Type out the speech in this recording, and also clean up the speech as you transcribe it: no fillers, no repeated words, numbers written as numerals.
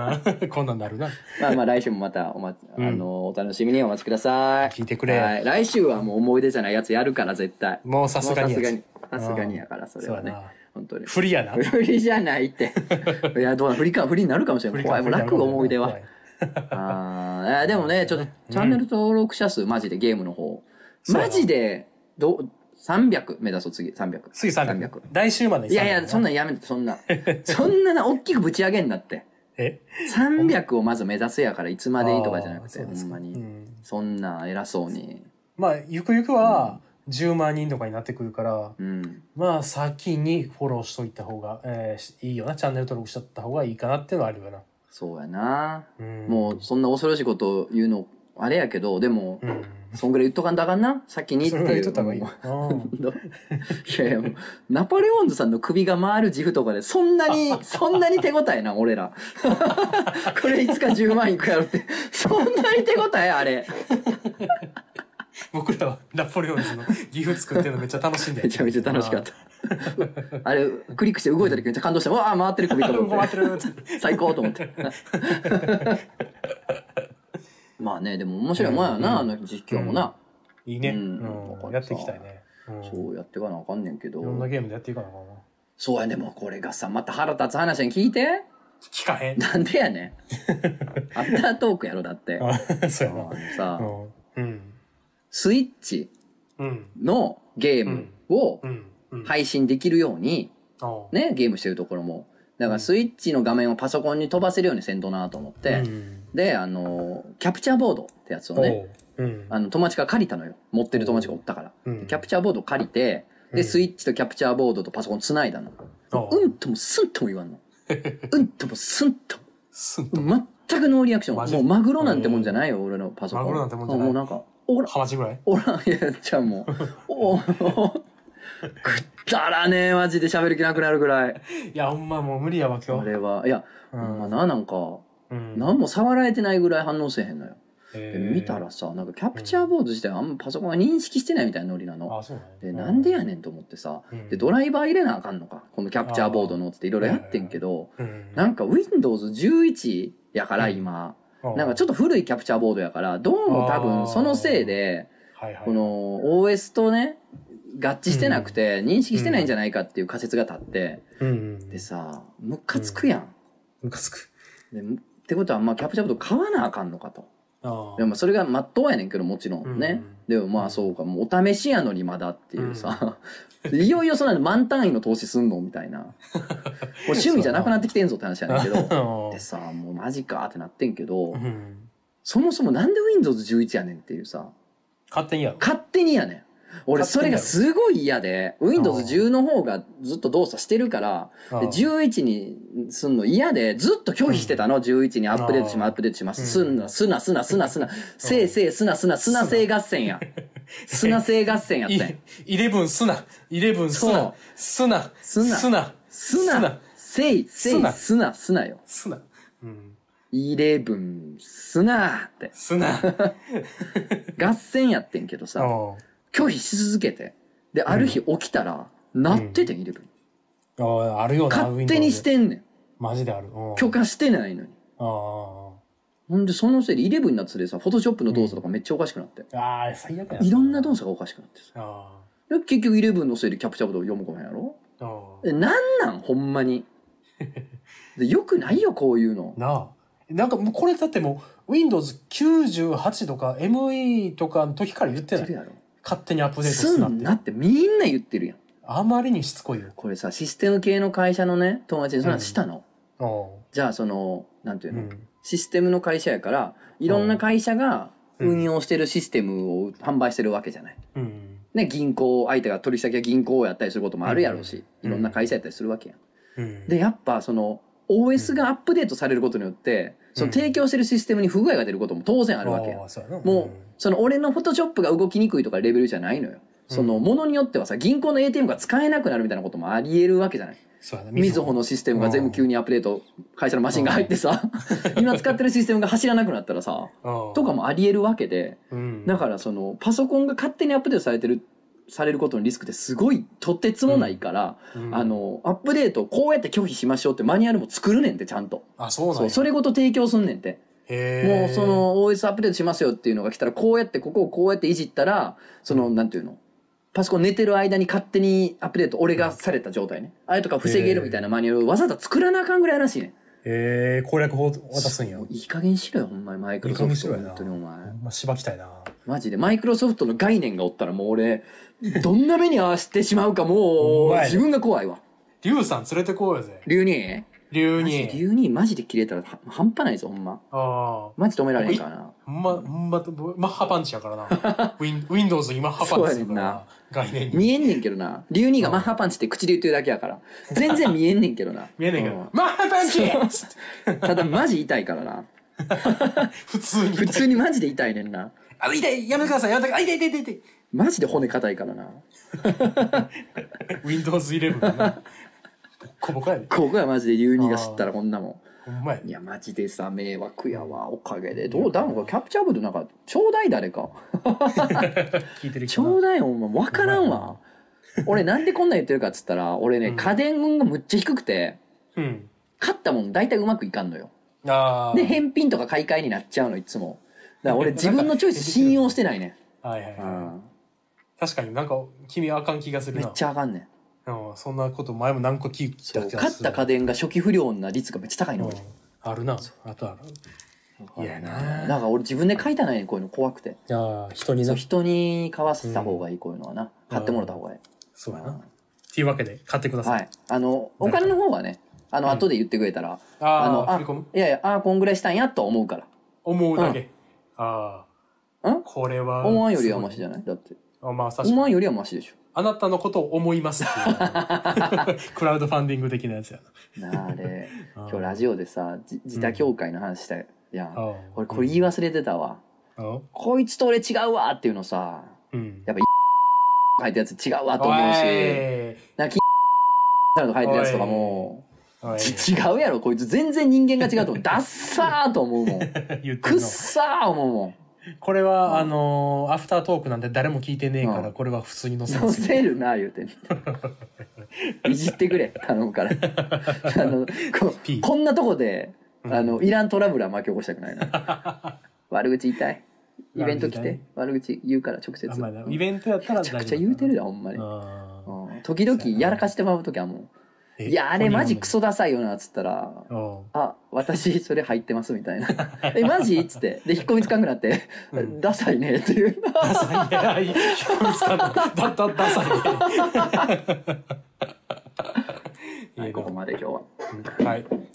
こんなんなるな。 まあまあ来週もまたお楽しみにお待ちください。 聞いてくれ。 はい。来週はもう思い出じゃないやつやるから絶対。 もうさすがに。 さすがにやからそれはね。本当に。 不利やな。 不利じゃないって。いや、どうな、不利になるかもしれない。怖い。もう楽思い出は。でもね、ちょっとチャンネル登録者数マジでゲームの方。マジで、300目指そう次、300。 次300。来週までに。いや、そんなんやめて、そんな。そんな大きくぶち上げんなって。300をまず目指すやから、いつまでいいとかじゃなくて、ほんまに。そんな偉そうに。 まあ、ゆくゆくは、10万人とかになってくるから、まあ、先にフォローしといた方が、いいよな。チャンネル登録しとった方がいいかなっていうのはあるよな。 そうやな。もう、そんな恐ろしいこと言うの、あれやけど、でも、そんぐらい言っとかんだあかんな先にっていう。 それ言っとった方がいい。いやいや、もう、ナポレオンズさんの首が回る自負とかで、そんなに手応えな、俺ら。これいつか10万いくやろって。そんなに手応えあれ。 僕らはナポレオンズのギフ作ってるのめっちゃ楽しんで。 めちゃめちゃ楽しかった。あれ、クリックして動いた時めっちゃ感動して、わあ回ってる首と思って。回ってる。最高と思って。まあね、でも面白いもんやな、あの実況もな。 いいね。やっていきたいね。 そうやっていかなあかんねんけど。 いろんなゲームでやっていかなあかんな。 そうやね、もうこれがさ、また腹立つ話に聞いて。 聞かへん。 なんでやねん。アフタートークやろ、だって。 そうやな。 さ、スイッチのゲームを配信できるように、ね、ゲームしてるところも。だからスイッチの画面をパソコンに飛ばせるようにせんとなと思って、で、キャプチャーボードってやつをね、友達が借りたのよ。持ってる友達がおったから。キャプチャーボードを借りて、で、スイッチとキャプチャーボードとパソコン繋いだの。うんともすんとも言わんの。うんともすんとも。全くノーリアクション。もうマグロなんてもんじゃないよ、俺のパソコン。 マグロなんてもんじゃない。 もうなんか、 ハマチぐらいいや、じゃあもう、くったらねえ、マジで喋る気なくなるぐらい。 いや、ほんまもう無理やわ、今日。 あれは。いや、まあなんか、何も触られてないぐらい反応せえへんのよ。で見たらさ、なんかキャプチャーボード自体あんまパソコンが認識してないみたいなノリなの。 あ、そうなんで、なんでやねんと思ってさ、で、ドライバー入れなあかんのか。このキャプチャーボードのっていろいろやってんけど、なんか Windows 11やから今、なんかちょっと古いキャプチャーボードやから、どうも多分そのせいで、この OS とね、合致してなくて認識してないんじゃないかっていう仮説が立って、でさ、ムカつくやん。 ムカつく。 ってことは、まあキャプチャーボード買わなあかんのかと。でもそれがまっとうやねんけど、もちろんね。でもまあそうか、もうお試しやのにまだっていうさ、いよいよそんな満単位の投資すんのみたいな。もう趣味じゃなくなってきてんぞって話やねんけど。でさ、もうマジかってなってんけど、そもそもなんで Windows 11やねんっていうさ。 勝手にやろ。 勝手にやねん。俺それがすごい嫌で、Windows 10の方がずっと動作してるから、11にすんの嫌で、ずっと拒否してたの、11にアップデートします、アップデートします。すな、せいせい、すなせい合戦や。すなせい合戦やったんや。 11すな、11すな、すな、 せい、すなよ。 すな。 11すなって。 すな。 合戦やってんけどさ、拒否し続けて。で、ある日起きたら、なっててん、11。 あるよな、 勝手にしてんねん。 マジである。 許可してないのに。ほんで、そのせいで11になってさ、フォトショップの動作とかめっちゃおかしくなって。 最悪や。 いろんな動作がおかしくなってさ。結局11のせいでキャプチャーボード読むかもやろなんほんまに。よくないよ、こういうの。 なんかもうこれだってもう Windows 98とか ME とかの時から言ってない。勝手にアップデートするなってみんな言ってるやん。 あまりにしつこいよ。 これさ、システム系の会社のね、友達にそんなしたの。じゃあその、なんていうの、システムの会社やから、いろんな会社が運用してるシステムを販売してるわけじゃない。ね、銀行、相手が取引先が銀行をやったりすることもあるやろうし、いろんな会社やったりするわけやん。で、やっぱその、OS がアップデートされることによって、その提供してるシステムに不具合が出ることも当然あるわけや。もう、その俺のフォトショップが動きにくいとかレベルじゃないのよ。そのものによってはさ、銀行の ATM が使えなくなるみたいなこともあり得るわけじゃない。みずほのシステムが全部急にアップデート、会社のマシンが入ってさ、今使ってるシステムが走らなくなったらさ、とかもあり得るわけで、だからそのパソコンが勝手にアップデートされてるされることのリスクってすごいとてつもないから、アップデートこうやって拒否しましょうってマニュアルも作るねんってちゃんと。 そうそれごと提供すんねんて。もうその OS アップデートしますよっていうのが来たらこうやってここをこうやっていじったらそのなんていうのパソコン寝てる間に勝手にアップデート俺がされた状態ねあれとか防げるみたいなマニュアルをわざわざ作らなあかんぐらいらしいね。 攻略法渡すんや。 いい加減しろよほんまにマイクロソフト。本当にお前しばきたいなマジでマイクロソフトの概念がおったらもう俺どんな目に合わせてしまうかもう自分が怖いわ。 リュウさん連れてこうよぜ。 リュウニーマジで切れたら半端ないぞほんま。マジ止められへんからな。マッハパンチやからな。Windows にマッハパンチするから概念に見えんねんけどな。リュウニーがマッハパンチって口で言ってるだけやから全然見えんねんけどな。 見えんねんけどマッハパンチただマジ痛いからな。 普通にマジで痛いねんな。 痛いやめてくださいやめて痛いマジで骨硬いからな。 Windows 11がなここやマジでリュウニーが知ったらこんなもん。 ほんまや。 いやマジでさ迷惑やわおかげで。どうだんかキャプチャーボードなんかちょうだい誰か。 聞いてるちょうだいよお前分からんわ。俺なんでこんなん言ってるかっつったら俺ね家電運がむっちゃ低くて買ったもん大体うまくいかんのよ。で返品とか買い替えになっちゃうのいつも。だから俺自分のチョイス信用してないね。 確かになんか君あかん気がするな。 めっちゃあかんねん。 そんなこと前も何個聞いた気がする。 買った家電が初期不良な率がめっちゃ高いの。 あるな。あとある。いやな。 だから俺自分で買いたないねこういうの怖くて。人に買わせた方がいいこういうのはな。買ってもらった方がいい。 そうやな。っていうわけで買ってください。 お金の方はね後で言ってくれたらいやこんぐらいしたんやと思うから。 思うだけ。これは思わんよりはマシじゃないだって。思わんよりはマシでしょ。 あなたのことを思いますっていうクラウドファンディング的なやつやな。あれ今日ラジオでさ自他協会の話したやん。俺これ言い忘れてたわ。こいつと俺違うわっていうのさやっぱ書いたやつ違うわと思うしなんか書いてるやつとかも違うやろこいつ全然人間が違うと思う。ダッサーと思うもん。くっさー思うもん。 これはアフタートークなんで誰も聞いてねえからこれは普通に載せます。 載せるな言うていじってくれ頼むからこんなとこでいらんトラブルは巻き起こしたくないな。悪口言いたい。イベント来て悪口言うから直接。 イベントやったらめちゃくちゃ言うてるやんほんまに。時々やらかしてまう時はもういやあれマジクソダサいよなっつったら私それ入ってますみたいなマジっつってで引っ込みつかんくなってダサいねっていうダサいね引っ込みつかんのダサいねはいここまで今日ははい